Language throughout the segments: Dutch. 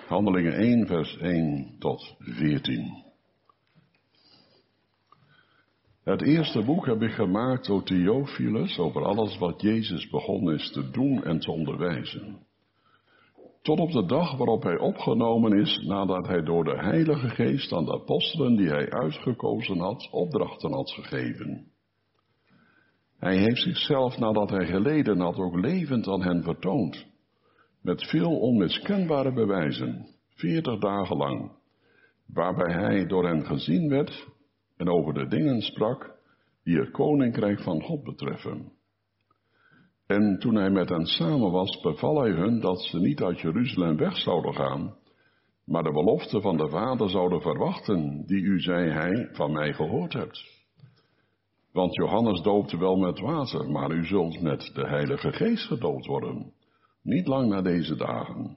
Handelingen 1, vers 1 tot 14. Het eerste boek heb ik gemaakt door Theophilus over alles wat Jezus begonnen is te doen en te onderwijzen. Tot op de dag waarop hij opgenomen is nadat hij door de Heilige Geest aan de apostelen die hij uitgekozen had, opdrachten had gegeven. Hij heeft zichzelf nadat hij geleden had ook levend aan hen vertoond, met veel onmiskenbare bewijzen, 40 dagen lang, waarbij hij door hen gezien werd en over de dingen sprak die het koninkrijk van God betreffen. En toen hij met hen samen was, beval hij hun dat ze niet uit Jeruzalem weg zouden gaan, maar de belofte van de Vader zouden verwachten, die u, zei hij, van mij gehoord hebt. Want Johannes doopte wel met water, maar u zult met de Heilige Geest gedoopt worden, niet lang na deze dagen.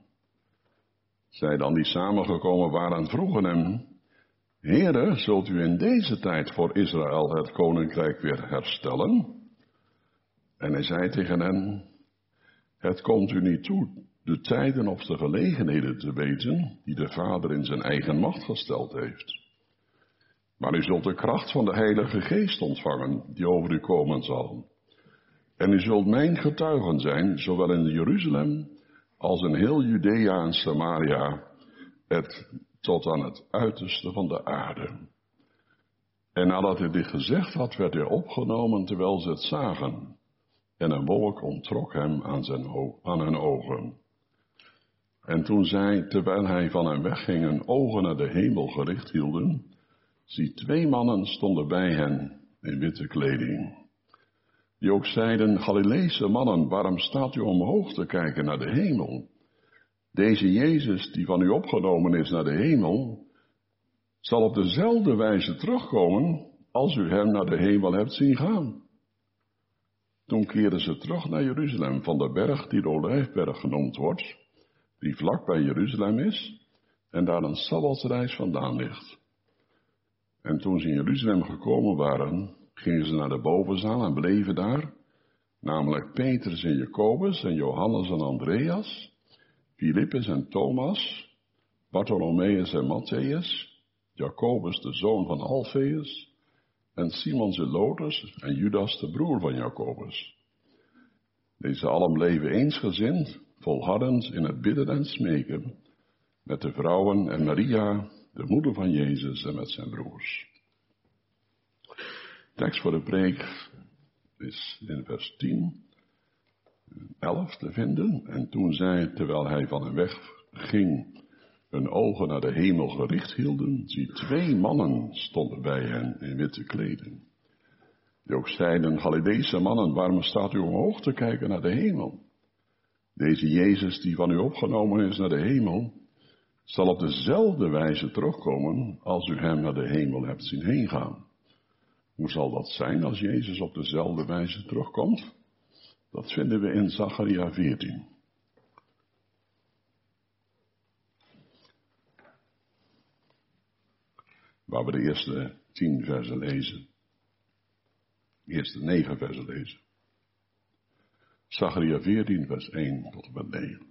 Zij dan die samengekomen waren vroegen hem: Heere, zult u in deze tijd voor Israël het koninkrijk weer herstellen? En hij zei tegen hen: Het komt u niet toe de tijden of de gelegenheden te weten die de Vader in zijn eigen macht gesteld heeft. Maar u zult de kracht van de Heilige Geest ontvangen, die over u komen zal. En u zult mijn getuigen zijn, zowel in Jeruzalem als in heel Judea en Samaria, tot aan het uiterste van de aarde. En nadat hij dit gezegd had, werd hij opgenomen terwijl ze het zagen. En een wolk onttrok hem aan hun ogen. En toen zij, terwijl hij van hen wegging, hun ogen naar de hemel gericht hielden, zie 2 mannen stonden bij hen in witte kleding. Die ook zeiden: Galileese mannen, waarom staat u omhoog te kijken naar de hemel? Deze Jezus, die van u opgenomen is naar de hemel, zal op dezelfde wijze terugkomen als u hem naar de hemel hebt zien gaan. Toen keerden ze terug naar Jeruzalem van de berg die de Olijfberg genoemd wordt, die vlak bij Jeruzalem is en daar een sabbatsreis vandaan ligt. En toen ze in Jeruzalem gekomen waren, gingen ze naar de bovenzaal en bleven daar, namelijk Petrus en Jacobus en Johannes en Andreas, Filippus en Thomas, Bartholomeus en Matthäus, Jacobus de zoon van Alfeus, en Simon Zelotes en Judas de broer van Jacobus. Deze allen bleven eensgezind, volhardend in het bidden en smeken, met de vrouwen en Maria, de moeder van Jezus, en met zijn broers. De tekst voor de preek is in vers 10, 11 te vinden. En toen zij, terwijl hij van hen wegging, hun ogen naar de hemel gericht hielden, zie 2 mannen stonden bij hen in witte kleding. Die ook zeiden: Galileese mannen, waarom staat u omhoog te kijken naar de hemel? Deze Jezus, die van u opgenomen is naar de hemel, zal op dezelfde wijze terugkomen als u hem naar de hemel hebt zien heen gaan. Hoe zal dat zijn als Jezus op dezelfde wijze terugkomt? Dat vinden we in Zacharia 14. Waar we de eerste 10 versen lezen. De eerste 9 versen lezen. Zacharia 14, vers 1 tot en met 9.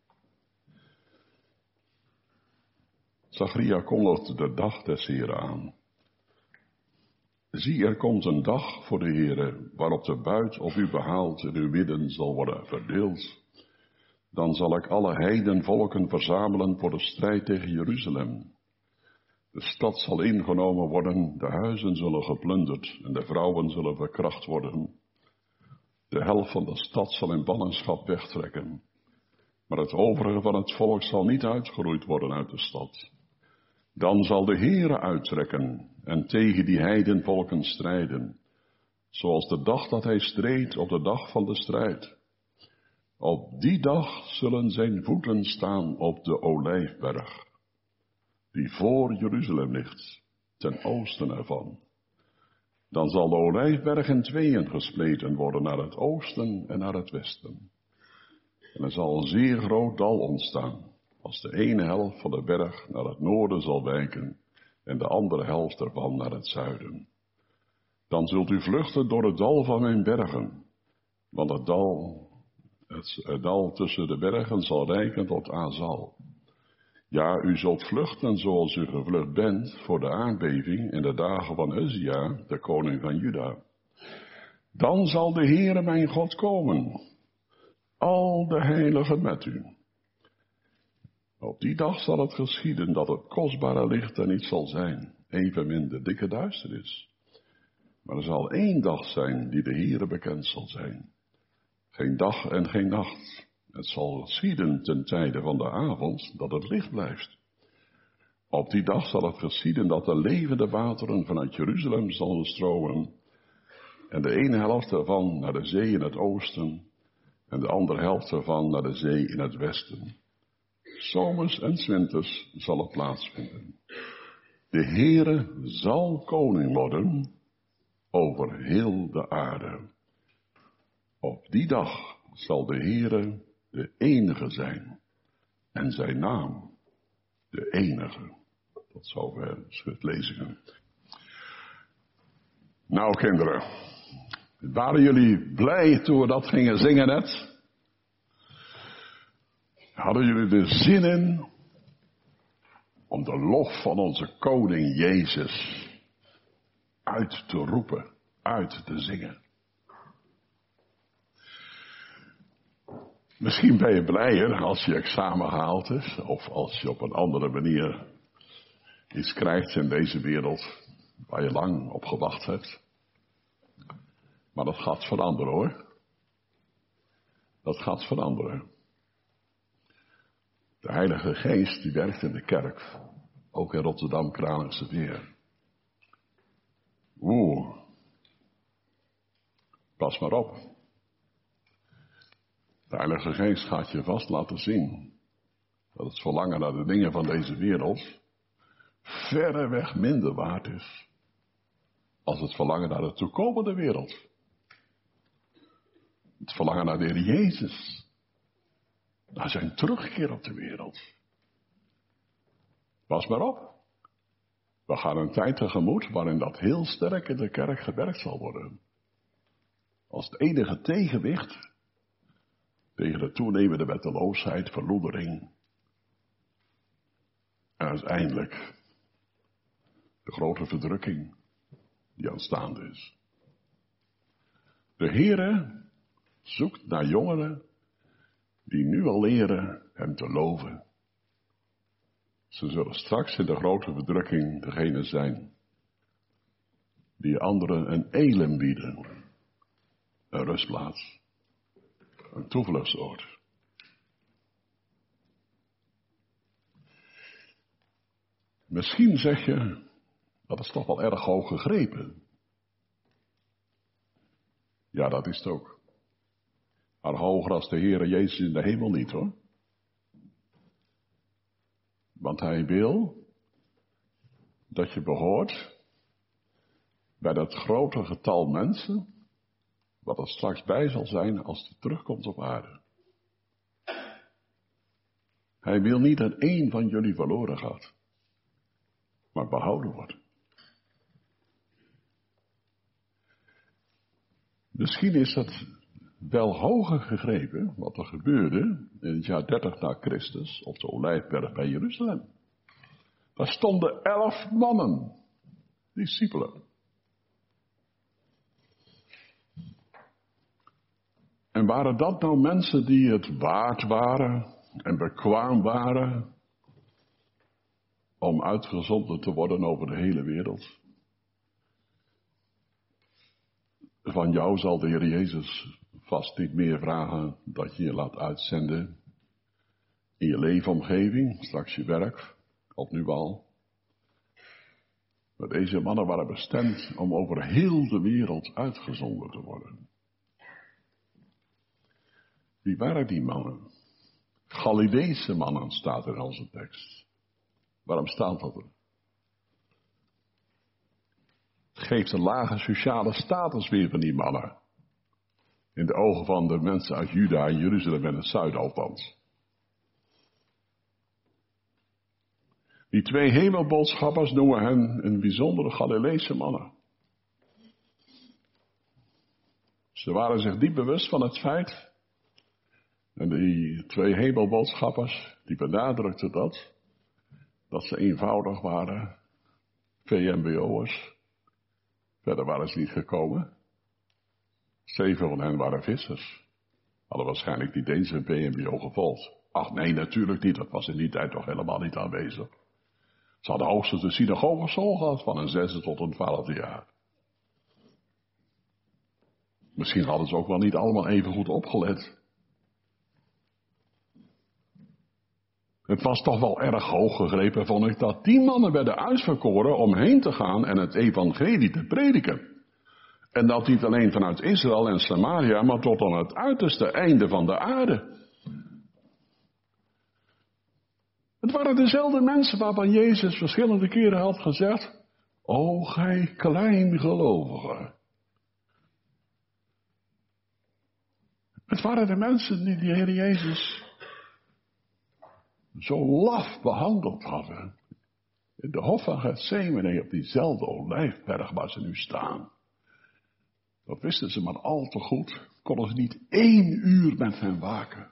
Zacharia kondigt de dag des Heren aan. Zie, er komt een dag voor de Heere, waarop de buit op u behaald en uw midden zal worden verdeeld. Dan zal ik alle heidenvolken verzamelen voor de strijd tegen Jeruzalem. De stad zal ingenomen worden, de huizen zullen geplunderd en de vrouwen zullen verkracht worden. De helft van de stad zal in ballingschap wegtrekken, maar het overige van het volk zal niet uitgeroeid worden uit de stad. Dan zal de Heere uittrekken en tegen die heidenvolken strijden, zoals de dag dat hij streed op de dag van de strijd. Op die dag zullen zijn voeten staan op de Olijfberg, die voor Jeruzalem ligt, ten oosten ervan. Dan zal de Olijfberg in 2 gespleten worden, naar het oosten en naar het westen. En er zal een zeer groot dal ontstaan, als de ene helft van de berg naar het noorden zal wijken en de andere helft ervan naar het zuiden. Dan zult u vluchten door het dal van mijn bergen, want het dal tussen de bergen zal reiken tot Azal. Ja, u zult vluchten zoals u gevlucht bent voor de aardbeving in de dagen van Uzia, de koning van Juda. Dan zal de Heere mijn God komen, al de heiligen met u. Op die dag zal het geschieden dat het kostbare licht er niet zal zijn, evenmin de dikke duisternis. Maar er zal één dag zijn die de Heere bekend zal zijn. Geen dag en geen nacht. Het zal geschieden ten tijde van de avond dat het licht blijft. Op die dag zal het geschieden dat de levende wateren vanuit Jeruzalem zullen stromen. En de ene helft ervan naar de zee in het oosten. En de andere helft ervan naar de zee in het westen. Zomers en 's winters zal het plaatsvinden. De Heere zal koning worden over heel de aarde. Op die dag zal de Heere de enige zijn en zijn naam de enige. Tot zover schriftlezingen. Nou kinderen, waren jullie blij toen we dat gingen zingen net? Hadden jullie er zin in om de lof van onze koning Jezus uit te roepen, uit te zingen? Misschien ben je blijer als je examen gehaald is, of als je op een andere manier iets krijgt in deze wereld waar je lang op gewacht hebt. Maar dat gaat veranderen hoor. Dat gaat veranderen. De Heilige Geest die werkt in de kerk, ook in Rotterdam Kralingse Veer. Pas maar op. De Heilige Geest gaat je vast laten zien dat het verlangen naar de dingen van deze wereld verreweg minder waard is als het verlangen naar de toekomende wereld. Het verlangen naar de Heer Jezus, naar zijn terugkeer op de wereld. Pas maar op. We gaan een tijd tegemoet waarin dat heel sterk in de kerk gewerkt zal worden. Als het enige tegenwicht tegen de toenemende wetteloosheid, verloedering. En uiteindelijk de grote verdrukking die aanstaande is. De Heere zoekt naar jongeren die nu al leren hem te loven. Ze zullen straks in de grote verdrukking degene zijn die anderen een elim bieden, een rustplaats. Een toevluchtsoord. Misschien zeg je, dat is toch wel erg hoog gegrepen. Ja, dat is het ook. Maar hoger als de Heere Jezus in de hemel niet hoor. Want hij wil dat je behoort bij dat grote getal mensen wat er straks bij zal zijn als hij terugkomt op aarde. Hij wil niet dat één van jullie verloren gaat, maar behouden wordt. Misschien is dat wel hoger gegrepen wat er gebeurde in het jaar 30 na Christus op de Olijfberg bij Jeruzalem. Daar stonden 11 mannen, discipelen. En waren dat nou mensen die het waard waren en bekwaam waren om uitgezonden te worden over de hele wereld? Van jou zal de Heer Jezus vast niet meer vragen dat je je laat uitzenden in je leefomgeving, straks je werk, of nu al. Maar deze mannen waren bestemd om over heel de wereld uitgezonden te worden. Wie waren die mannen? Galileese mannen staat in onze tekst. Waarom staat dat er? Het geeft een lage sociale status weer van die mannen. In de ogen van de mensen uit Juda en Jeruzalem en het zuiden althans. Die 2 hemelboodschappers noemen hen een bijzondere Galileese mannen. Ze waren zich diep bewust van het feit. En die 2 hemelboodschappers, die benadrukten dat. dat ze eenvoudig waren, VMBO'ers. Verder waren ze niet gekomen. 7 van hen waren vissers. Hadden waarschijnlijk niet eens een VMBO gevolgd. Ach nee, natuurlijk niet, dat was in die tijd toch helemaal niet aanwezig. Ze hadden hoogstens de synagogeschool gehad van een 6e tot een 12e jaar. Misschien hadden ze ook wel niet allemaal even goed opgelet. Het was toch wel erg hoog gegrepen, vond ik, dat 10 mannen werden uitverkoren om heen te gaan en het evangelie te prediken. En dat niet alleen vanuit Israël en Samaria, maar tot aan het uiterste einde van de aarde. Het waren dezelfde mensen waarvan Jezus verschillende keren had gezegd: O gij kleingelovigen. Het waren de mensen die de Heer Jezus zo laf behandeld hadden. In de hof van Gethsemane, op diezelfde olijfberg waar ze nu staan. Dat wisten ze maar al te goed. Konden ze niet 1 uur met hen waken.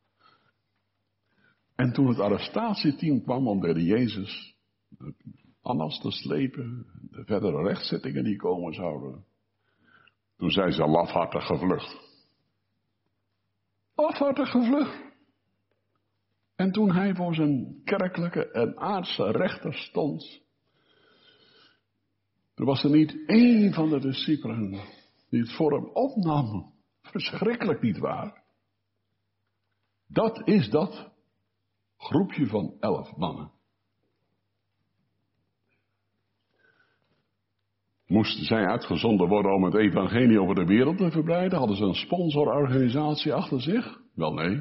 En toen het arrestatieteam kwam om de Heer Jezus Annas te slepen, de verdere rechtszittingen die komen zouden, toen zijn ze lafhartig gevlucht. Lafhartig gevlucht. En toen hij voor zijn kerkelijke en aardse rechter stond, er was er niet 1 van de discipelen die het voor hem opnam. Verschrikkelijk, niet waar? Dat is dat groepje van 11 mannen. Moesten zij uitgezonden worden om het evangelie over de wereld te verbreiden? Hadden ze een sponsororganisatie achter zich? Wel nee.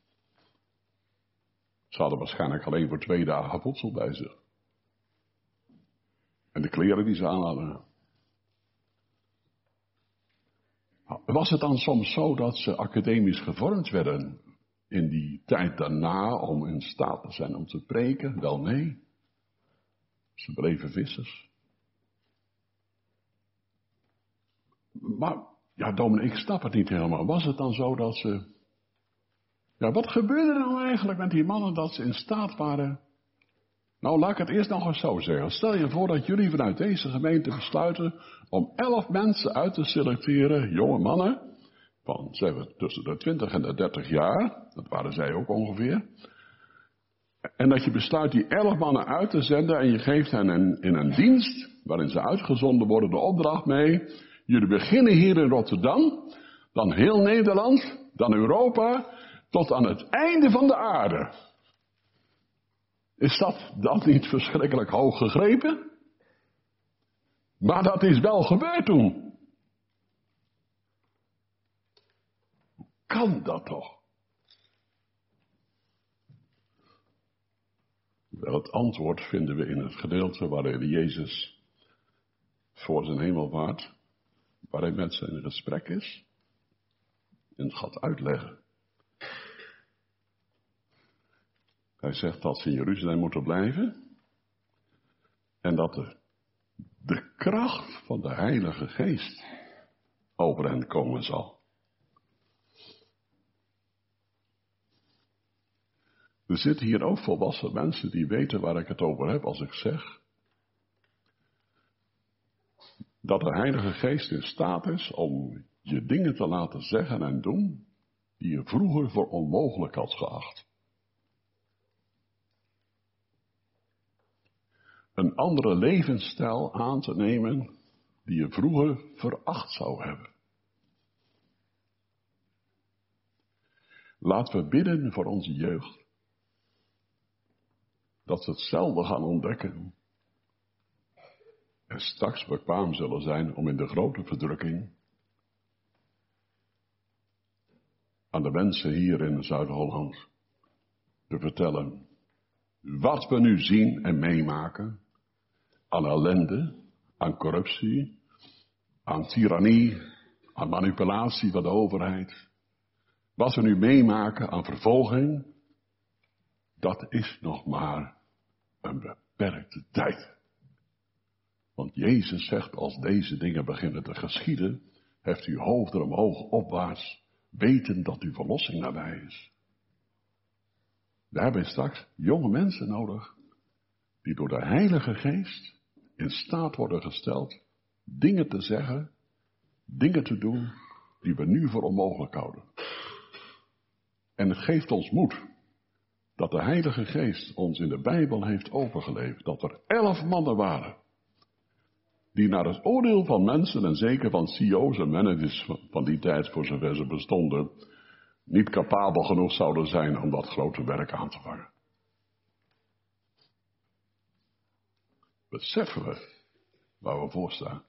Ze hadden waarschijnlijk alleen voor 2 dagen voedsel bij zich. En de kleren die ze aan hadden. Was het dan soms zo dat ze academisch gevormd werden in die tijd daarna om in staat te zijn om te preken? Wel nee. Ze bleven vissers. Maar, ja dominee, ik snap het niet helemaal. Was het dan zo dat ze... Ja, wat gebeurde er nou eigenlijk met die mannen dat ze in staat waren... Nou, laat ik het eerst nog eens zo zeggen. Stel je voor dat jullie vanuit deze gemeente besluiten om 11 mensen uit te selecteren, jonge mannen, van zeggen we tussen de 20 en de 30 jaar, dat waren zij ook ongeveer. En dat je besluit die 11 mannen uit te zenden en je geeft hen in een dienst, waarin ze uitgezonden worden, de opdracht mee. Jullie beginnen hier in Rotterdam, dan heel Nederland, dan Europa, tot aan het einde van de aarde. Is dat dan niet verschrikkelijk hoog gegrepen? Maar dat is wel gebeurd toen. Kan dat toch? Wel, het antwoord vinden we in het gedeelte waarin Jezus voor zijn hemelvaart, waar hij met ze in gesprek is, en het gaat uitleggen. Hij zegt dat ze in Jeruzalem moeten blijven en dat de kracht van de Heilige Geest over hen komen zal. Er zitten hier ook volwassen mensen die weten waar ik het over heb als ik zeg dat de Heilige Geest in staat is om je dingen te laten zeggen en doen die je vroeger voor onmogelijk had geacht. Een andere levensstijl aan te nemen die je vroeger veracht zou hebben. Laten we bidden voor onze jeugd. Dat ze hetzelfde gaan ontdekken. En straks bekwaam zullen zijn om in de grote verdrukking aan de mensen hier in Zuid-Holland te vertellen wat we nu zien en meemaken aan ellende, aan corruptie, aan tirannie, aan manipulatie van de overheid. Wat we nu meemaken aan vervolging, dat is nog maar een beperkte tijd. Want Jezus zegt, als deze dingen beginnen te geschieden, heft uw hoofd omhoog opwaarts, weten dat uw verlossing nabij is. We hebben straks jonge mensen nodig, die door de Heilige Geest in staat worden gesteld dingen te zeggen, dingen te doen die we nu voor onmogelijk houden. En het geeft ons moed dat de Heilige Geest ons in de Bijbel heeft overgeleverd. Dat er 11 mannen waren die naar het oordeel van mensen en zeker van CEO's en managers van die tijd, voor zover ze bestonden, niet capabel genoeg zouden zijn om dat grote werk aan te vangen. Beseffen we waar we voor staan.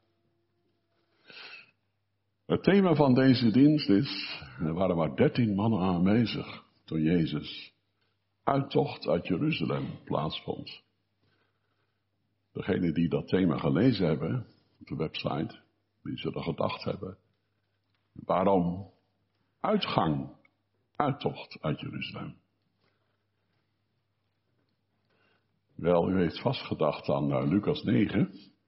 Het thema van deze dienst is, er waren maar 13 mannen aanwezig toen Jezus uittocht uit Jeruzalem plaatsvond. Degenen die dat thema gelezen hebben op de website, die zullen gedacht hebben, waarom uittocht uit Jeruzalem? Wel, u heeft vast gedacht aan Lucas 9.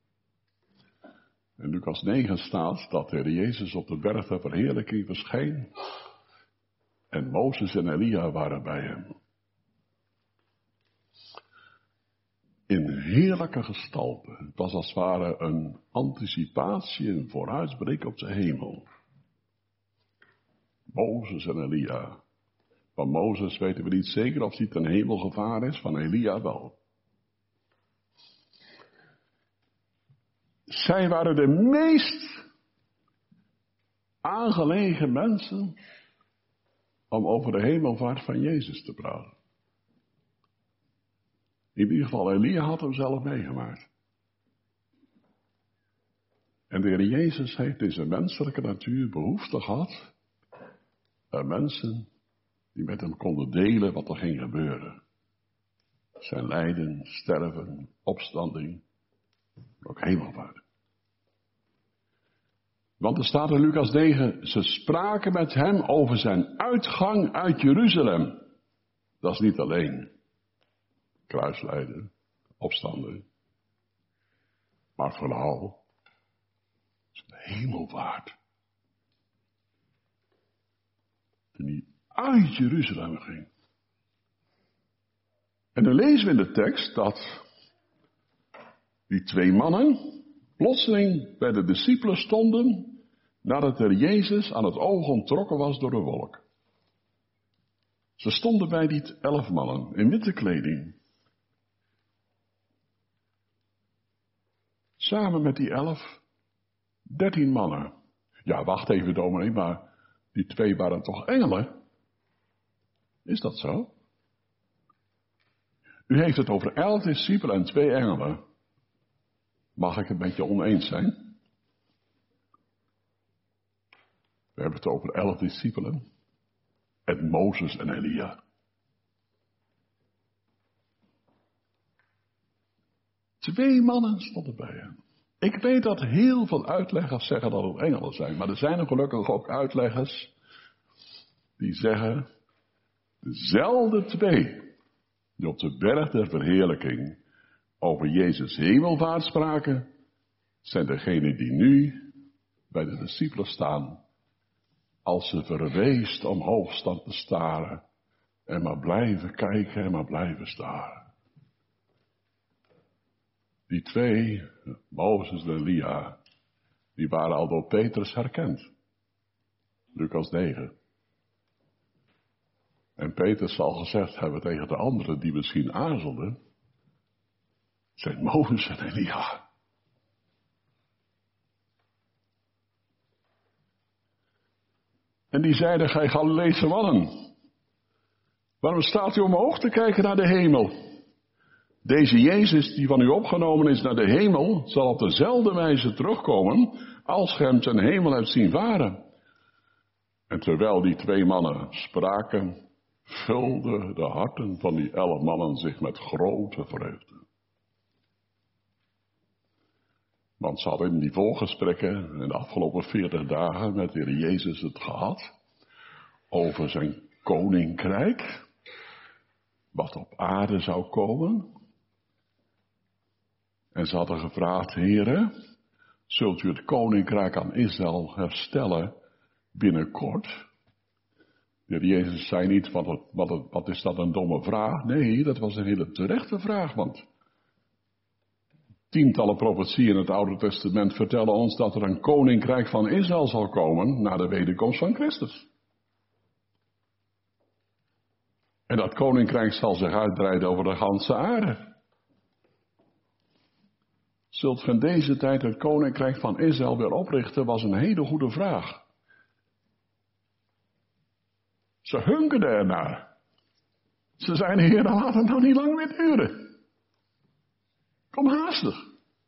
In Lucas 9 staat dat de Heer Jezus op de berg der verheerlijking verscheen en Mozes en Elia waren bij hem. In heerlijke gestalte. Het was als het ware een anticipatie, een vooruitblik op de hemel. Mozes en Elia. Van Mozes weten we niet zeker of hij ten hemel gevaren is, van Elia wel. Zij waren de meest aangelegen mensen om over de hemelvaart van Jezus te praten. In ieder geval, Elia had hem zelf meegemaakt. En de Heer Jezus heeft in zijn menselijke natuur behoefte gehad aan mensen die met hem konden delen wat er ging gebeuren. Zijn lijden, sterven, opstanding, ook hemelvaart. Want er staat in Lucas 9, ze spraken met hem over zijn uitgang uit Jeruzalem. Dat is niet alleen kruislijden, opstanden, maar vooral zijn hemelvaart. Toen hij uit Jeruzalem ging. En dan lezen we in de tekst dat die 2 mannen plotseling bij de discipelen stonden nadat er Jezus aan het oog onttrokken was door de wolk. Ze stonden bij die 11 mannen in witte kleding. Samen met die 11, 13 mannen. Ja, wacht even dominee, maar die 2 waren toch engelen? Is dat zo? U heeft het over 11 discipelen en 2 engelen. Mag ik het met je oneens zijn? We hebben het over 11 discipelen en Mozes en Elia. 2 mannen stonden bij hem. Ik weet dat heel veel uitleggers zeggen dat het engelen zijn, maar er zijn er gelukkig ook uitleggers die zeggen dezelfde 2 die op de berg der verheerlijking over Jezus hemelvaart spraken, zijn degenen die nu bij de discipelen staan, als ze verweest omhoog staan te staren en maar blijven kijken en maar blijven staren. Die 2, Mozes en Elia, die waren al door Petrus herkend. Lucas 9. En Petrus zal gezegd hebben tegen de anderen die misschien aarzelden, zijn Mozes en Elia. En die zeiden, gij Galileese mannen, waarom staat u omhoog te kijken naar de hemel? Deze Jezus die van u opgenomen is naar de hemel, zal op dezelfde wijze terugkomen als gij hem ten hemel hebt zien varen. En terwijl die 2 mannen spraken, vulden de harten van die 11 mannen zich met grote vreugde. Want ze hadden in die voorgesprekken in de afgelopen 40 dagen met de Heer Jezus het gehad over zijn koninkrijk, wat op aarde zou komen. En ze hadden gevraagd, Heere, zult u het koninkrijk aan Israël herstellen binnenkort? De Heer Jezus zei niet, wat is dat een domme vraag? Nee, dat was een hele terechte vraag, want Tientallen profetieën in het Oude Testament vertellen ons dat er een koninkrijk van Israël zal komen na de wederkomst van Christus. En dat koninkrijk zal zich uitbreiden over de ganse aarde. Zult ge in deze tijd het koninkrijk van Israël weer oprichten, was een hele goede vraag. Ze hunkerden ernaar. Ze zeiden, Heer, laat het nou niet lang meer duren. Kom haastig.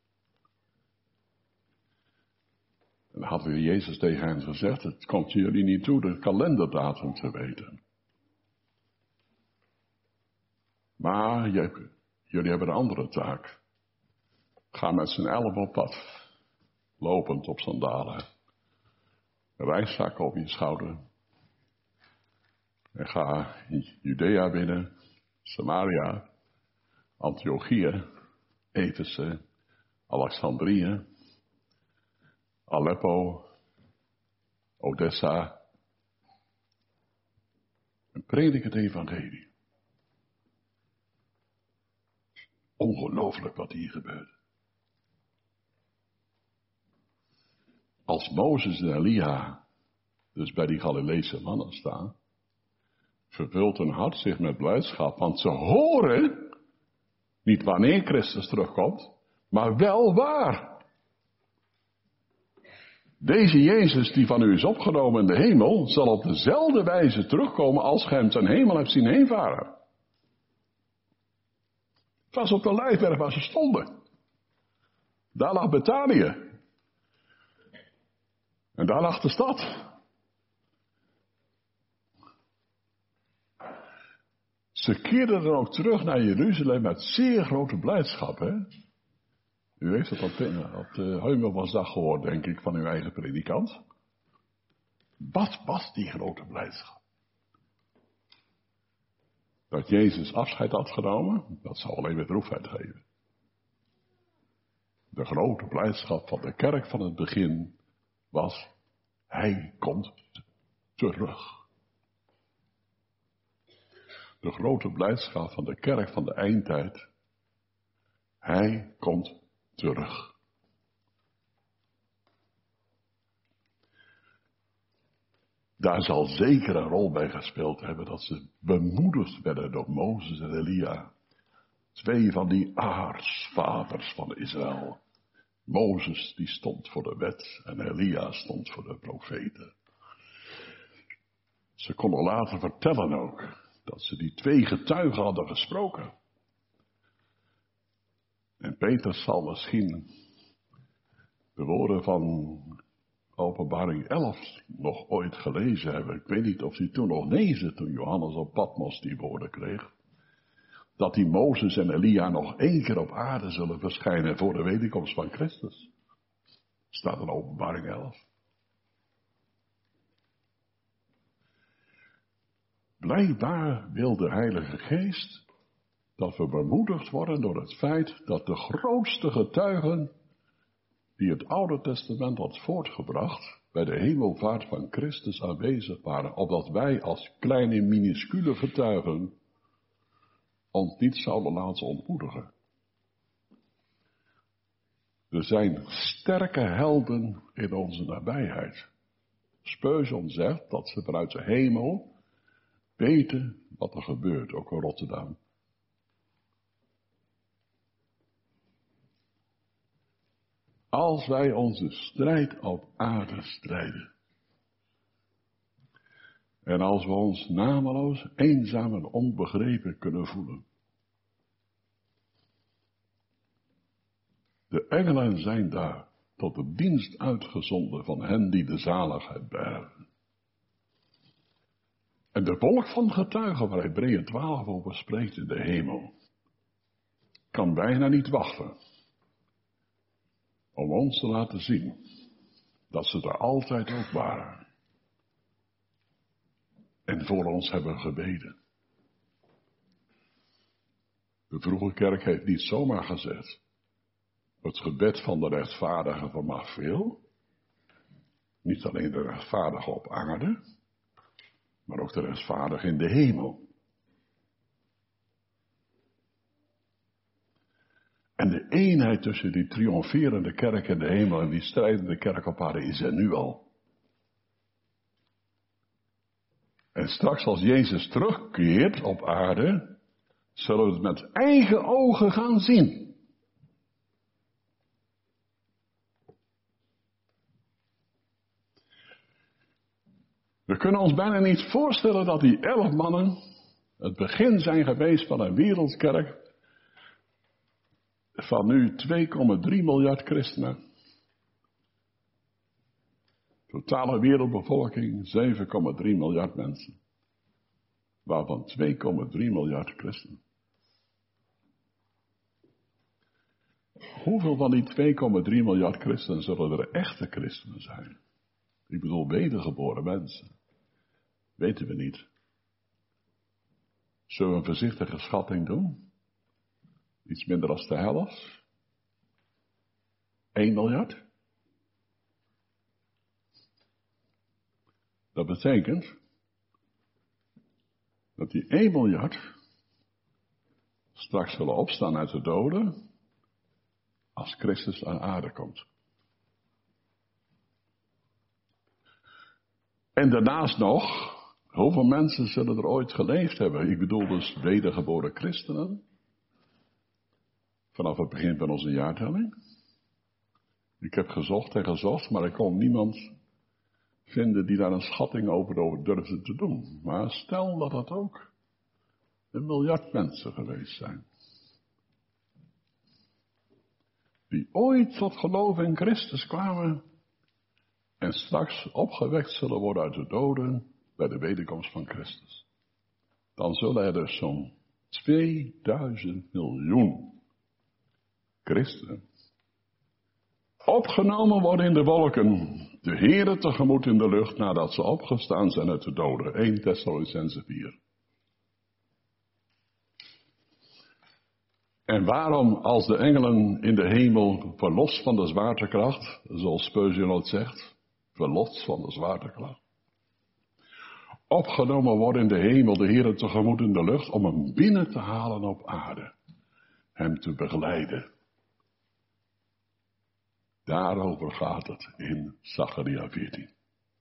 En dan had weer Jezus tegen hen gezegd, het komt jullie niet toe de kalenderdatum te weten. Maar jullie hebben een andere taak. Ga met z'n 11 op pad, lopend op sandalen, een reiszak op je schouder. En ga Judea binnen, Samaria, Antiochië, Efeze, Alexandrië, Aleppo, Odessa. En predik het evangelie. Ongelooflijk wat hier gebeurt. Als Mozes en Elia dus bij die Galileese mannen staan, vervult hun hart zich met blijdschap, want ze horen niet wanneer Christus terugkomt, maar wel waar. Deze Jezus die van u is opgenomen in de hemel, zal op dezelfde wijze terugkomen als gij hem ten hemel hebt zien heenvaren. Het was op de Lijfberg waar ze stonden. Daar lag Betanië. En daar lag de stad. Ze keerden dan ook terug naar Jeruzalem met zeer grote blijdschap. Hè? U heeft het op de Heumelwasdag gehoord, denk ik, van uw eigen predikant. Wat was die grote blijdschap? Dat Jezus afscheid had genomen, dat zou alleen weer droefheid geven. De grote blijdschap van de kerk van het begin was, hij komt terug. De grote blijdschap van de kerk van de eindtijd, hij komt terug. Daar zal zeker een rol bij gespeeld hebben dat ze bemoedigd werden door Mozes en Elia. 2 van die aartsvaders van Israël. Mozes die stond voor de wet en Elia stond voor de profeten. Ze konden later vertellen ook dat ze die 2 getuigen hadden gesproken. En Petrus zal misschien de woorden van Openbaring 11 nog ooit gelezen hebben. Ik weet niet of hij toen nog lezen, toen Johannes op Patmos die woorden kreeg. Dat die Mozes en Elia nog 1 keer op aarde zullen verschijnen voor de wederkomst van Christus. Staat in Openbaring 11. Blijkbaar wil de Heilige Geest dat we bemoedigd worden door het feit dat de grootste getuigen die het Oude Testament had voortgebracht, bij de hemelvaart van Christus aanwezig waren, opdat wij als kleine minuscule getuigen ons niet zouden laten ontmoedigen. Er zijn sterke helden in onze nabijheid. Speuzen zegt dat ze vanuit de hemel weten wat er gebeurt, ook in Rotterdam. Als wij onze strijd op aarde strijden. En als we ons nameloos, eenzaam en onbegrepen kunnen voelen. De engelen zijn daar tot de dienst uitgezonden van hen die de zaligheid bergen. En de wolk van getuigen waar Hebreeën 12 over spreekt in de hemel, kan bijna niet wachten om ons te laten zien dat ze er altijd ook waren. En voor ons hebben gebeden. De vroege kerk heeft niet zomaar gezegd, het gebed van de rechtvaardige vermag veel. Niet alleen de rechtvaardige op aarde, maar ook de rechtvaardige in de hemel. En de eenheid tussen die triomferende kerk in de hemel en die strijdende kerk op aarde is er nu al. En straks als Jezus terugkeert op aarde, zullen we het met eigen ogen gaan zien. We kunnen ons bijna niet voorstellen dat die 11 mannen het begin zijn geweest van een wereldkerk van nu 2,3 miljard christenen. Totale wereldbevolking 7,3 miljard mensen. Waarvan 2,3 miljard christenen. Hoeveel van die 2,3 miljard christenen zullen er echte christenen zijn? Ik bedoel wedergeboren mensen. Weten we niet. Zullen we een voorzichtige schatting doen? Iets minder dan de helft? 1 miljard? Dat betekent dat die 1 miljard straks zullen opstaan uit de doden als Christus aan aarde komt. En daarnaast nog, hoeveel mensen zullen er ooit geleefd hebben? Ik bedoel dus wedergeboren christenen. Vanaf het begin van onze jaartelling. Ik heb gezocht en gezocht, maar ik kon niemand vinden die daar een schatting over durfde te doen. Maar stel dat het ook 1 miljard mensen geweest zijn. Die ooit tot geloof in Christus kwamen en straks opgewekt zullen worden uit de doden bij de wederkomst van Christus. Dan zullen er dus zo'n 2000 miljoen christenen opgenomen worden in de wolken, de Heere tegemoet in de lucht nadat ze opgestaan zijn uit de doden. 1 Thessalonicenzen 4. En waarom als de engelen in de hemel verlost van de zwaartekracht, zoals Spurgeon het zegt, verlost van de zwaartekracht, opgenomen worden in de hemel, de Heere tegemoet in de lucht, om hem binnen te halen op aarde, hem te begeleiden. Daarover gaat het in Zacharia 14.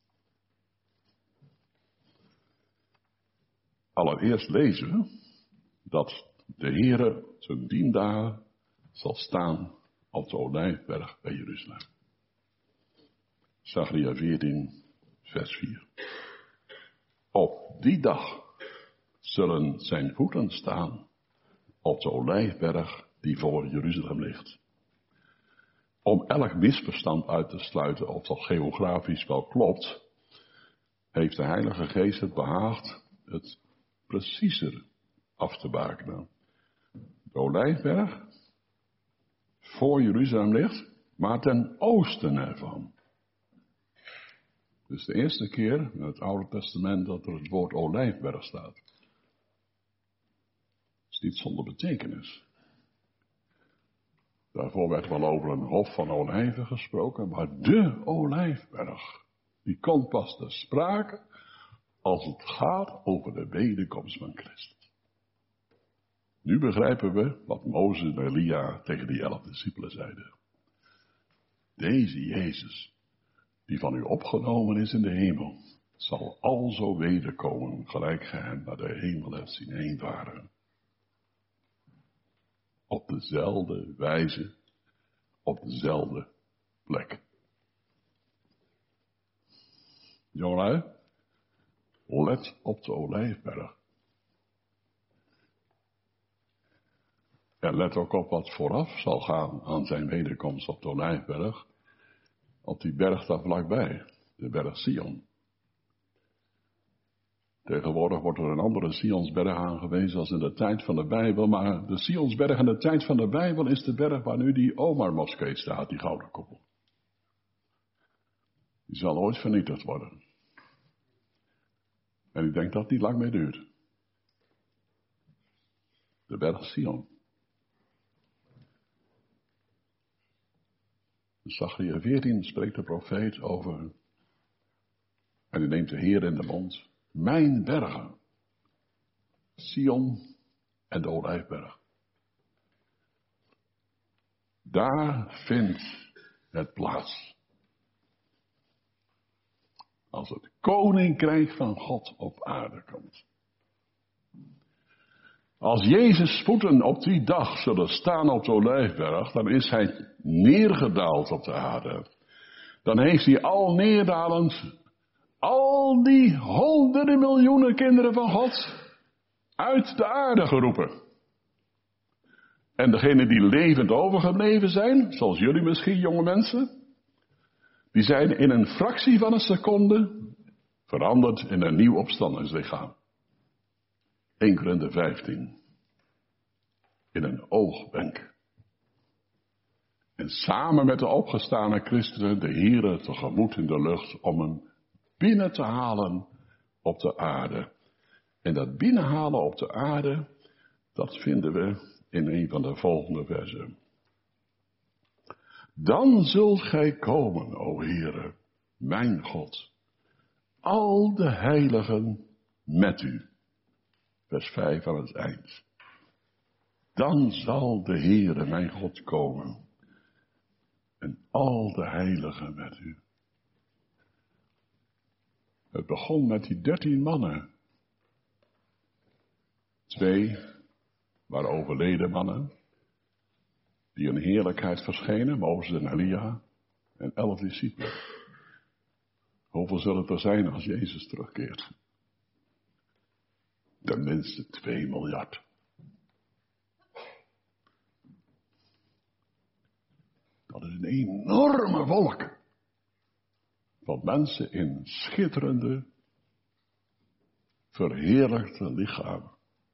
Allereerst lezen we dat de Heere zijn 10 dagen zal staan op de Olijfberg bij Jeruzalem. Zacharia 14, vers 4. Op die dag zullen zijn voeten staan op de Olijfberg die voor Jeruzalem ligt. Om elk misverstand uit te sluiten of dat geografisch wel klopt, heeft de Heilige Geest het behaagd het preciezer af te bakenen. De Olijfberg voor Jeruzalem ligt, maar ten oosten ervan. Dus de eerste keer in het Oude Testament dat er het woord Olijfberg staat. Dat is niet zonder betekenis. Daarvoor werd wel over een hof van olijven gesproken, maar de Olijfberg, die komt pas ter sprake als het gaat over de wederkomst van Christus. Nu begrijpen we wat Mozes en Elia tegen die 11 discipelen zeiden. Deze Jezus, die van u opgenomen is in de hemel, zal alzo wederkomen, gelijk gij hem naar de hemel hebt zien heenvaren. Op dezelfde wijze, op dezelfde plek. Jongelui, let op de Olijfberg. En let ook op wat vooraf zal gaan aan zijn wederkomst op de Olijfberg. Op die berg daar vlakbij, de berg Sion. Tegenwoordig wordt er een andere Sionsberg aangewezen als in de tijd van de Bijbel. Maar de Sionsberg in de tijd van de Bijbel is de berg waar nu die Omar-moskee staat, die gouden koepel. Die zal ooit vernietigd worden. En ik denk dat het niet lang meer duurt. De berg Sion. In Zacharia 14 spreekt de profeet over, en hij neemt de Heer in de mond, mijn bergen, Sion en de Olijfberg. Daar vindt het plaats. Als het koninkrijk van God op aarde komt. Als Jezus' voeten op die dag zullen staan op de Olijfberg, dan is hij neergedaald op de aarde. Dan heeft hij al neerdalend, al die honderden miljoenen kinderen van God uit de aarde geroepen. En degenen die levend overgebleven zijn, zoals jullie misschien, jonge mensen, die zijn in een fractie van een seconde veranderd in een nieuw opstandingslichaam. 1 Korinthe 15. In een oogwenk. En samen met de opgestane christenen de Here tegemoet in de lucht om hem binnen te halen op de aarde. En dat binnenhalen op de aarde, dat vinden we in een van de volgende versen. Dan zult gij komen, o Heere, mijn God, al de heiligen met u. Vers 5 aan het eind. Dan zal de Heere, mijn God, komen. En al de heiligen met u. Het begon met die 13 mannen. 2 waren overleden mannen. Die in heerlijkheid verschenen, Mozes en Elia. En 11 discipelen. Hoeveel zullen het er zijn als Jezus terugkeert? Tenminste 2 miljard. Dat is een enorme wolk. Van mensen in schitterende, verheerlijkte lichamen.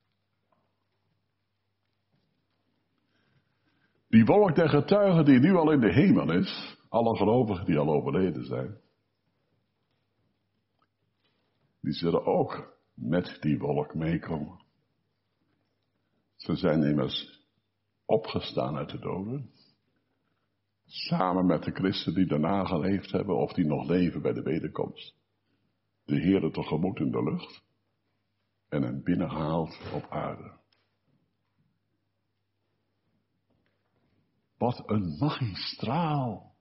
Die wolk der getuigen die nu al in de hemel is, alle gelovigen die al overleden zijn, die zullen ook met die wolk meekomen. Ze zijn immers opgestaan uit de doden, samen met de christenen die daarna geleefd hebben of die nog leven bij de wederkomst. De Heere tegemoet in de lucht en hen binnengehaald op aarde. Wat een magistraal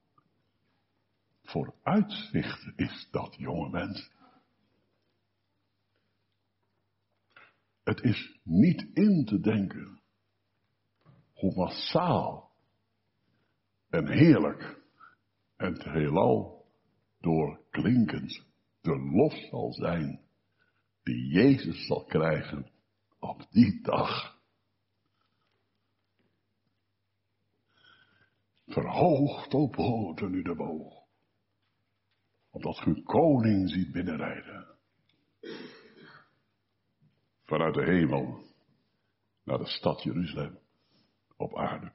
vooruitzicht is dat, jonge mensen. Het is niet in te denken hoe massaal en heerlijk en het heelal doorklinkend de lof zal zijn die Jezus zal krijgen op die dag. Verhoogd op boven u de boog, omdat u koning ziet binnenrijden. Vanuit de hemel naar de stad Jeruzalem op aarde.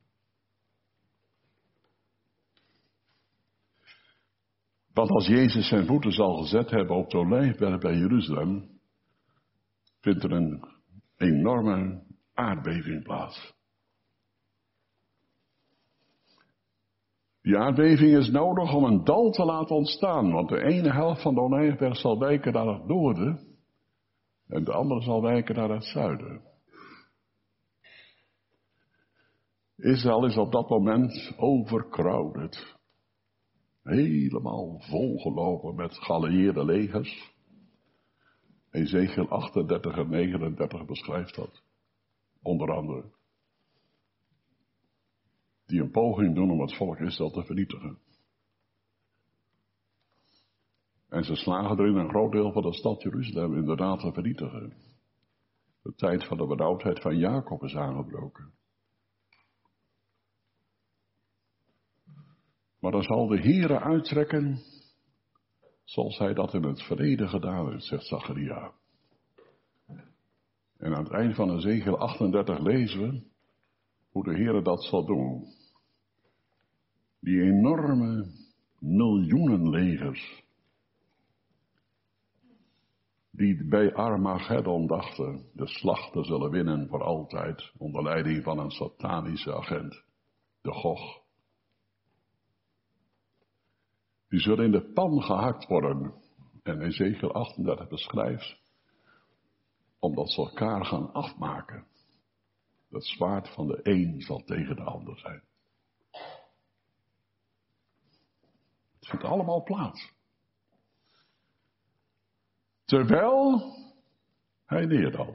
Want als Jezus zijn voeten zal gezet hebben op de Olijfberg bij Jeruzalem, vindt er een enorme aardbeving plaats. Die aardbeving is nodig om een dal te laten ontstaan, want de ene helft van de Olijfberg zal wijken naar het noorden en de andere zal wijken naar het zuiden. Israël is op dat moment overcrowded. Helemaal volgelopen met geallieerde legers. Ezekiel 38 en 39 beschrijft dat. Onder andere. Die een poging doen om het volk Israël te vernietigen. En ze slagen erin een groot deel van de stad Jeruzalem inderdaad te vernietigen. De tijd van de benauwdheid van Jacob is aangebroken. Maar dan zal de Heere uittrekken zoals hij dat in het verleden gedaan heeft, zegt Zacharia. En aan het eind van Ezekiel 38 lezen we hoe de Heere dat zal doen. Die enorme miljoenen legers die bij Armageddon dachten de slag te zullen winnen voor altijd onder leiding van een satanische agent, de Gog. Die zullen in de pan gehakt worden. En Ezekiel 38 beschrijft, omdat ze elkaar gaan afmaken. Het zwaard van de een zal tegen de ander zijn. Het vindt allemaal plaats. Terwijl hij neerdaalt.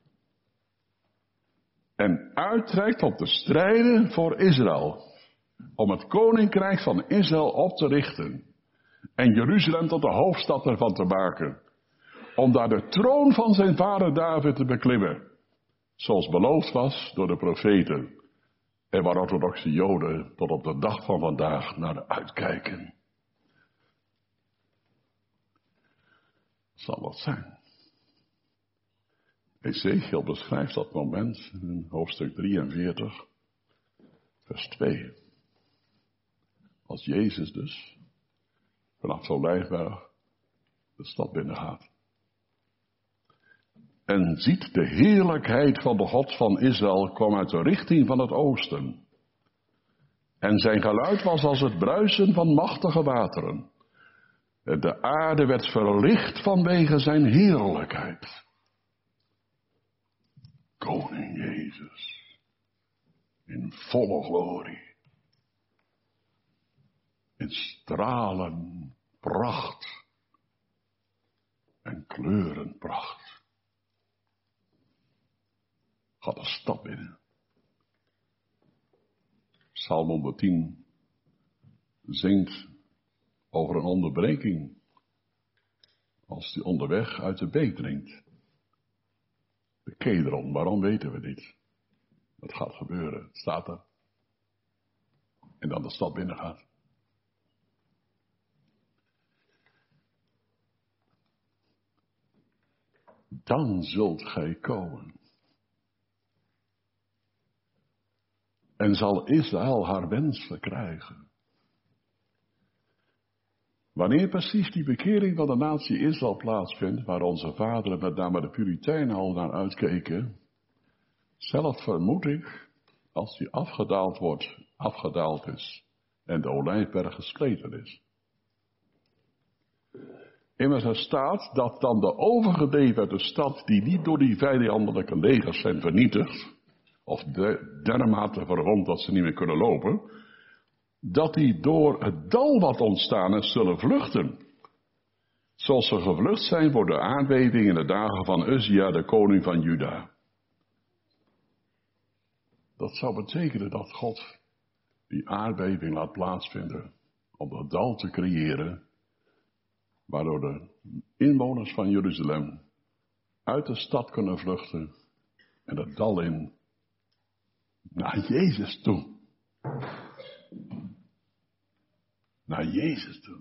En uittrekt om te strijden voor Israël. Om het koninkrijk van Israël op te richten. En Jeruzalem tot de hoofdstad ervan te maken. Om daar de troon van zijn vader David te beklimmen. Zoals beloofd was door de profeten. En waar orthodoxe Joden tot op de dag van vandaag naar uitkijken. Zal wat zijn. Ezekiel beschrijft dat moment in hoofdstuk 43, vers 2. Als Jezus dus vanaf de Olijfberg de stad binnengaat. En ziet de heerlijkheid van de God van Israël kwam uit de richting van het oosten. En zijn geluid was als het bruisen van machtige wateren. En de aarde werd verlicht vanwege zijn heerlijkheid. Koning Jezus. In volle glorie. In stralen pracht. En kleuren pracht. Gaat de stad binnen. Psalm 110 zingt over een onderbreking. Als hij onderweg uit de beek drinkt. De Kedron, waarom weten we niet? Dat gaat gebeuren, het staat er. En dan de stad binnen gaat. Dan zult gij komen. En zal Israël haar wens verkrijgen. Wanneer precies die bekering van de natie Israël plaatsvindt, waar onze vaderen, met name de Puritijnen, al naar uitkeken, zelf vermoed ik, als die afgedaald is en de Olijfberg gespleten is. Immers er staat dat dan de overgebleven uit de stad, die niet door die vijandelijke legers zijn vernietigd, of dermate verwond dat ze niet meer kunnen lopen, dat die door het dal wat ontstaan is zullen vluchten. Zoals ze gevlucht zijn voor de aardbeving in de dagen van Uzia, de koning van Juda. Dat zou betekenen dat God die aardbeving laat plaatsvinden om dat dal te creëren, waardoor de inwoners van Jeruzalem uit de stad kunnen vluchten en het dal in naar Jezus toe. Naar Jezus toe.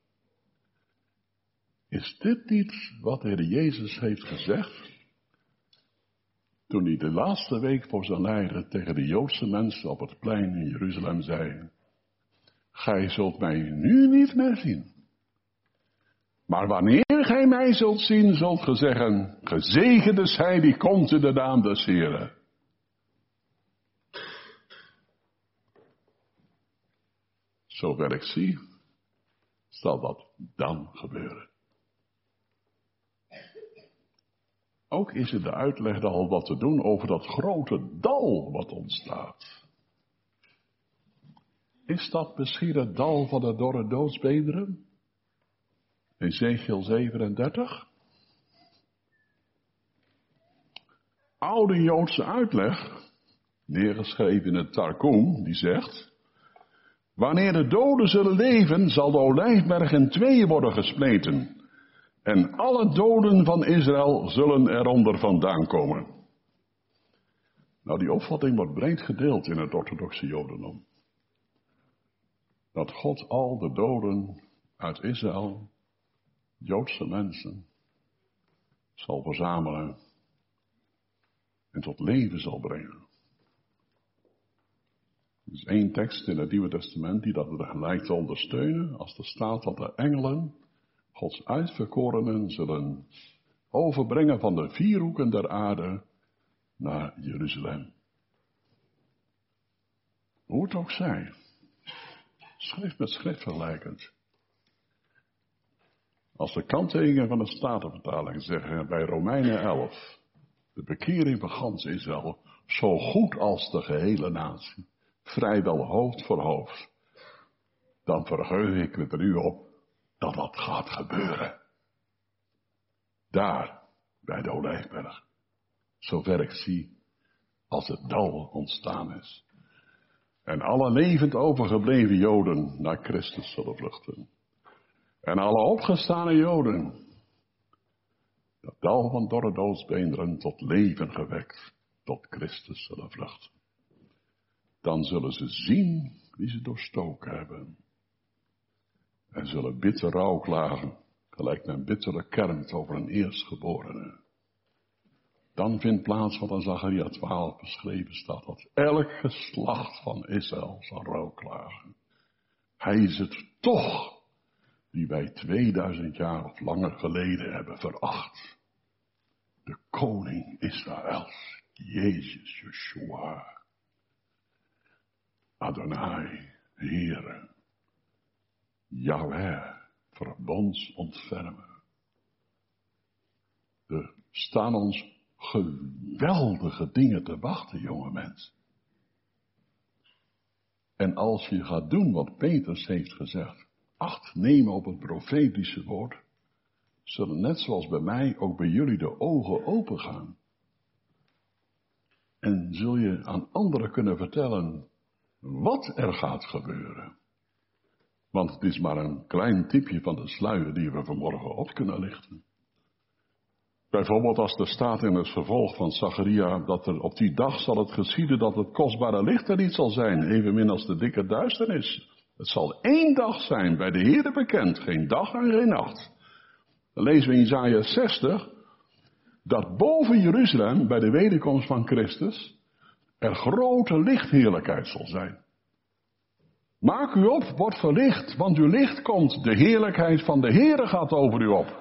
Is dit niet wat de Heer Jezus heeft gezegd? Toen hij de laatste week voor zijn lijden tegen de Joodse mensen op het plein in Jeruzalem zei: gij zult mij nu niet meer zien. Maar wanneer gij mij zult zien, zult ge zeggen: gezegend is hij die komt in de naam des Heren. Zover ik zie, zal dat dan gebeuren. Ook is in de uitleg al wat te doen over dat grote dal wat ontstaat. Is dat misschien het dal van de dorre doodsbeenderen? Ezekiel 37. Oude Joodse uitleg, neergeschreven in het Targum, die zegt: wanneer de doden zullen leven, zal de Olijfberg in tweeën worden gespleten. En alle doden van Israël zullen eronder vandaan komen. Nou, die opvatting wordt breed gedeeld in het orthodoxe Jodendom. Dat God al de doden uit Israël, Joodse mensen, zal verzamelen en tot leven zal brengen. Er is één tekst in het Nieuwe Testament die dat lijkt te ondersteunen, als er staat dat de engelen Gods uitverkorenen zullen overbrengen van de vier hoeken der aarde naar Jeruzalem. Hoe het ook zij, schrift met schrift vergelijkend. Als de kanttekeningen van de Statenvertaling zeggen bij Romeinen 11, de bekering van gans Israël, zo goed als de gehele natie, vrijwel hoofd voor hoofd. dan verheug ik me er nu op dat dat gaat gebeuren. Daar, bij de Olijfberg. Zover ik zie, als het dal ontstaan is. En alle levend overgebleven Joden naar Christus zullen vluchten. En alle opgestane Joden, dat dal van dorre doodsbeenderen tot leven gewekt, tot Christus zullen vluchten. Dan zullen ze zien wie ze doorstoken hebben. En zullen bitter rouw klagen, gelijk men bittere kermt over een eerstgeborene. Dan vindt plaats wat in Zacharia 12 beschreven staat, dat elk geslacht van Israël zal rouw klagen. Hij is het toch die wij 2000 jaar of langer geleden hebben veracht. De koning Israëls, Jezus, Yeshua, Adonai, Heere, Yahweh, verbondsontfermer. Er staan ons geweldige dingen te wachten, jonge mensen. En als je gaat doen wat Petrus heeft gezegd, acht nemen op het profetische woord, zullen net zoals bij mij ook bij jullie de ogen open gaan. En zul je aan anderen kunnen vertellen wat er gaat gebeuren. Want het is maar een klein tipje van de sluier die we vanmorgen op kunnen lichten. Bijvoorbeeld als er staat in het vervolg van Zacharia dat er op die dag zal het geschieden dat het kostbare licht er niet zal zijn, evenmin als de dikke duisternis. Het zal 1 dag zijn, bij de Heere bekend, geen dag en geen nacht. Dan lezen we in Jesaja 60, dat boven Jeruzalem, bij de wederkomst van Christus, er grote lichtheerlijkheid zal zijn. Maak u op, word verlicht, want uw licht komt, de heerlijkheid van de Heere gaat over u op.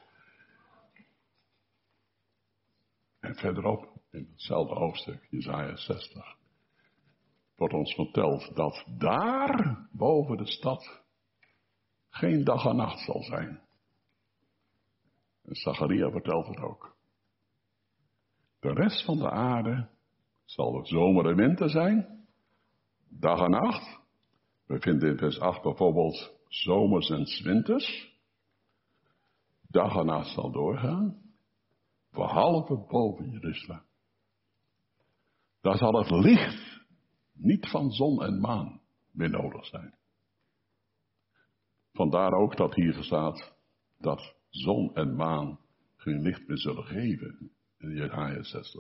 En verderop, in hetzelfde hoofdstuk, Jesaja 60, wordt ons verteld dat daar, boven de stad, geen dag en nacht zal zijn. En Zacharia vertelt het ook. De rest van de aarde zal zomer en winter zijn, dag en nacht. We vinden in vers 8 bijvoorbeeld zomers en 's winters. Dag en nacht zal doorgaan. Behalve boven Jeruzalem. Daar zal het licht niet van zon en maan meer nodig zijn. Vandaar ook dat hier staat dat zon en maan geen licht meer zullen geven in Jesaja 60.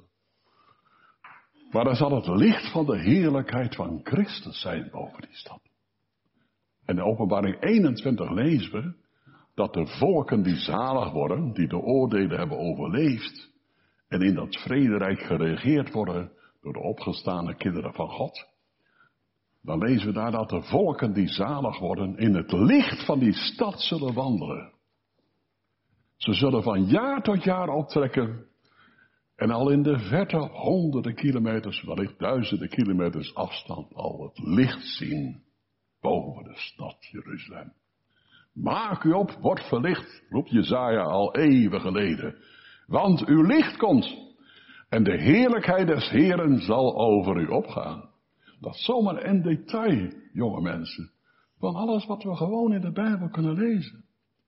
Maar daar zal het licht van de heerlijkheid van Christus zijn boven die stad. En in Openbaring 21 lezen we dat de volken die zalig worden, die de oordelen hebben overleefd en in dat vrederijk geregeerd worden door de opgestane kinderen van God. Dan lezen we daar dat de volken die zalig worden in het licht van die stad zullen wandelen. Ze zullen van jaar tot jaar optrekken en al in de verte honderden kilometers, wellicht duizenden kilometers afstand al het licht zien boven de stad Jeruzalem. Maak u op, word verlicht, roept Jesaja al eeuwen geleden. Want uw licht komt en de heerlijkheid des Heeren zal over u opgaan. Dat is zomaar een detail, jonge mensen, van alles wat we gewoon in de Bijbel kunnen lezen.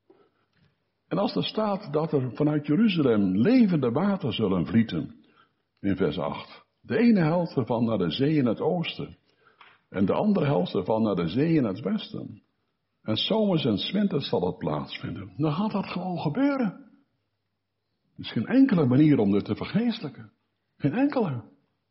En als er staat dat er vanuit Jeruzalem levende water zullen vlieten, in vers 8. De ene helft ervan naar de zee in het oosten en de andere helft ervan naar de zee in het westen. En zomers en 's winters zal het plaatsvinden. Dan gaat dat gewoon gebeuren. Er is geen enkele manier om dit te vergeestelijken. Geen enkele.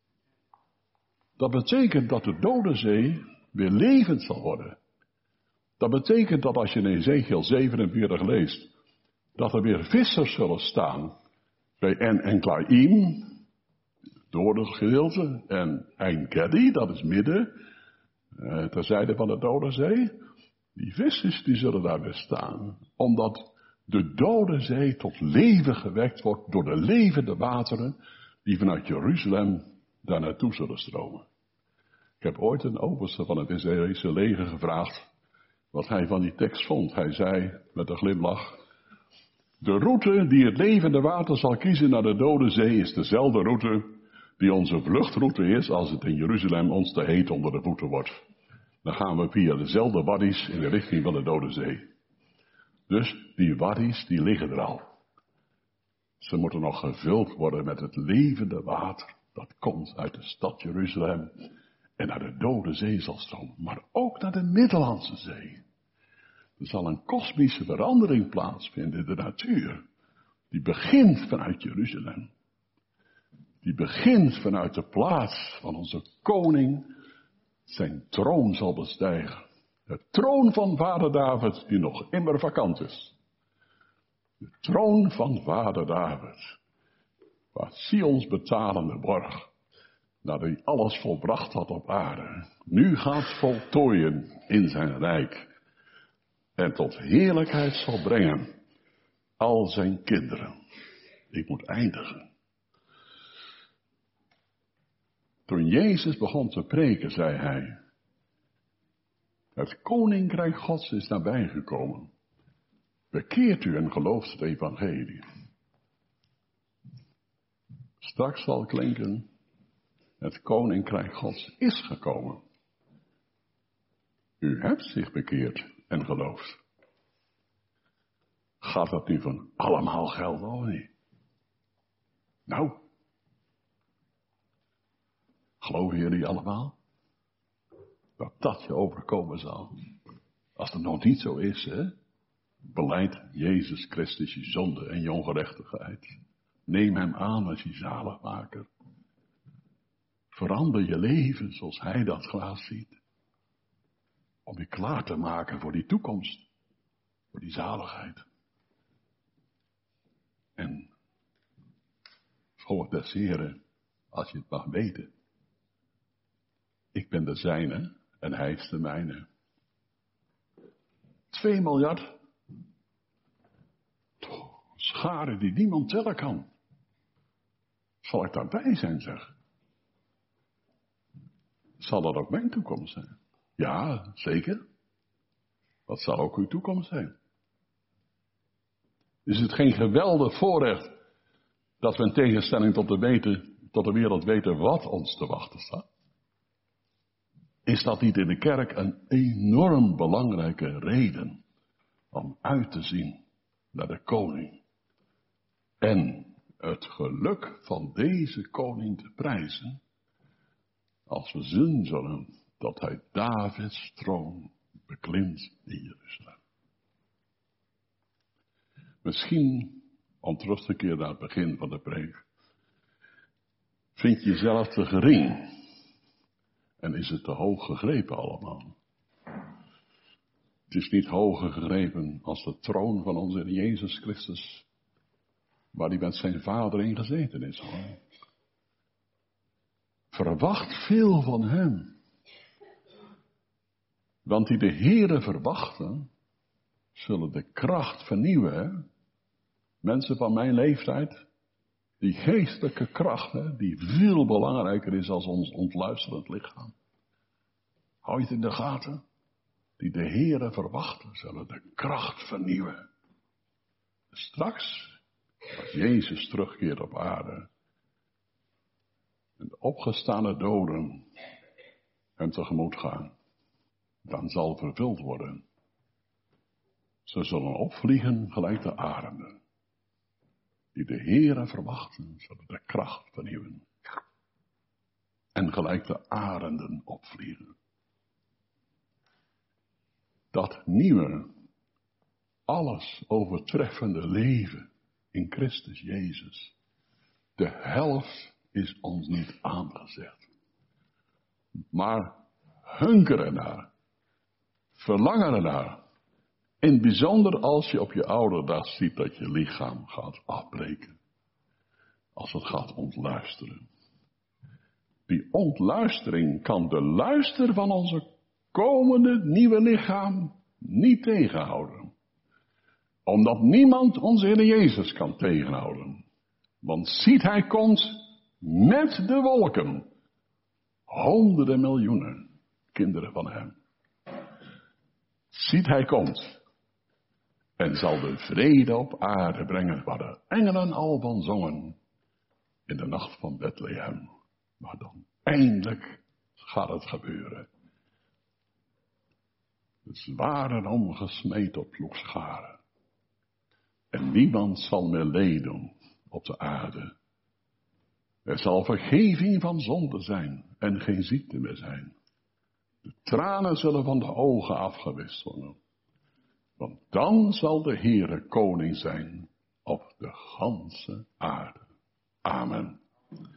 Dat betekent dat de Dode Zee weer levend zal worden. Dat betekent dat als je in Ezekiel 47 leest, dat er weer vissers zullen staan bij En Klaim, door het gedeelte, en Ein Gedi, dat is midden, terzijde van de Dode Zee. Die vissers die zullen daar weer staan, omdat de Dode Zee tot leven gewekt wordt door de levende wateren die vanuit Jeruzalem daar naartoe zullen stromen. Ik heb ooit een overste van het Israëlische leger gevraagd wat hij van die tekst vond. Hij zei met een glimlach: de route die het levende water zal kiezen naar de Dode Zee is dezelfde route die onze vluchtroute is als het in Jeruzalem ons te heet onder de voeten wordt. dan gaan we via dezelfde waddies in de richting van de Dode Zee. Dus die waddies, die liggen er al. Ze moeten nog gevuld worden met het levende water. Dat komt uit de stad Jeruzalem en naar de Dode Zee zal stromen. Maar ook naar de Middellandse Zee. Er zal een kosmische verandering plaatsvinden in de natuur. Die begint vanuit Jeruzalem. Die begint vanuit de plaats van onze koning. Zijn troon zal bestijgen. De troon van vader David die nog immer vakant is. De troon van vader David. Waar Sions betalende borg. Nadat hij alles volbracht had op aarde. Nu gaat voltooien in zijn rijk. En tot heerlijkheid zal brengen. Al zijn kinderen. Ik moet eindigen. Toen Jezus begon te preken, zei hij. Het koninkrijk Gods is nabijgekomen. Bekeert u en gelooft het evangelie. Straks zal klinken. Het koninkrijk Gods is gekomen. U hebt zich bekeerd en geloofd. Gaat dat nu van allemaal gelden of niet? Nou. Geloven jullie allemaal? Dat je overkomen zal. Als het nog niet zo is, hè? Belijd Jezus Christus je zonde en je ongerechtigheid. Neem hem aan als je zaligmaker. Verander je leven zoals hij dat graag ziet. Om je klaar te maken voor die toekomst. Voor die zaligheid. En volg des Heren, als je het mag weten. Ik ben de zijne en hij is de mijne. 2 miljard. Scharen die niemand tellen kan. Zal ik daarbij zijn, zeg? Zal dat ook mijn toekomst zijn? Ja, zeker. Wat zal ook uw toekomst zijn? Is het geen geweldig voorrecht dat we in tegenstelling tot de wereld weten wat ons te wachten staat? Is dat niet in de kerk een enorm belangrijke reden om uit te zien naar de koning en het geluk van deze koning te prijzen als we zien zullen dat hij Davids troon beklimt in Jeruzalem. Misschien, om terug te keren naar het begin van de preek, vind je jezelf te gering en is het te hoog gegrepen allemaal. Het is niet hoger gegrepen als de troon van onze Heer Jezus Christus, waar hij met zijn vader in gezeten is. Hoor. Verwacht veel van hem. Want die de Heere verwachten, zullen de kracht vernieuwen. Hè? Mensen van mijn leeftijd, die geestelijke kracht, hè, die veel belangrijker is als ons ontluisterend lichaam. Hou je het in de gaten? Die de Heere verwachten, zullen de kracht vernieuwen. Straks, als Jezus terugkeert op aarde, en de opgestane doden hem tegemoet gaan, dan zal vervuld worden. Ze zullen opvliegen gelijk de arenden. Die de Heere verwachten, zullen de kracht vernieuwen. En gelijk de arenden opvliegen. Dat nieuwe, alles overtreffende leven in Christus Jezus. De helft is ons niet aangezegd. Maar hunkeren ernaar. Verlangen ernaar. In het bijzonder als je op je oude dag ziet dat je lichaam gaat afbreken. Als het gaat ontluisteren. Die ontluistering kan de luister van onze komende nieuwe lichaam niet tegenhouden. Omdat niemand onze Heer Jezus kan tegenhouden. Want ziet hij komt met de wolken. Honderden miljoenen kinderen van hem. Ziet hij komt. En zal de vrede op aarde brengen waar de engelen al van zongen. In de nacht van Bethlehem. Maar dan eindelijk gaat het gebeuren. de zware omgesmeed op ploegscharen. En niemand zal meer lijden op de aarde. Er zal vergeving van zonde zijn en geen ziekte meer zijn. De tranen zullen van de ogen afgewist worden. Want dan zal de Heere koning zijn op de ganse aarde. Amen.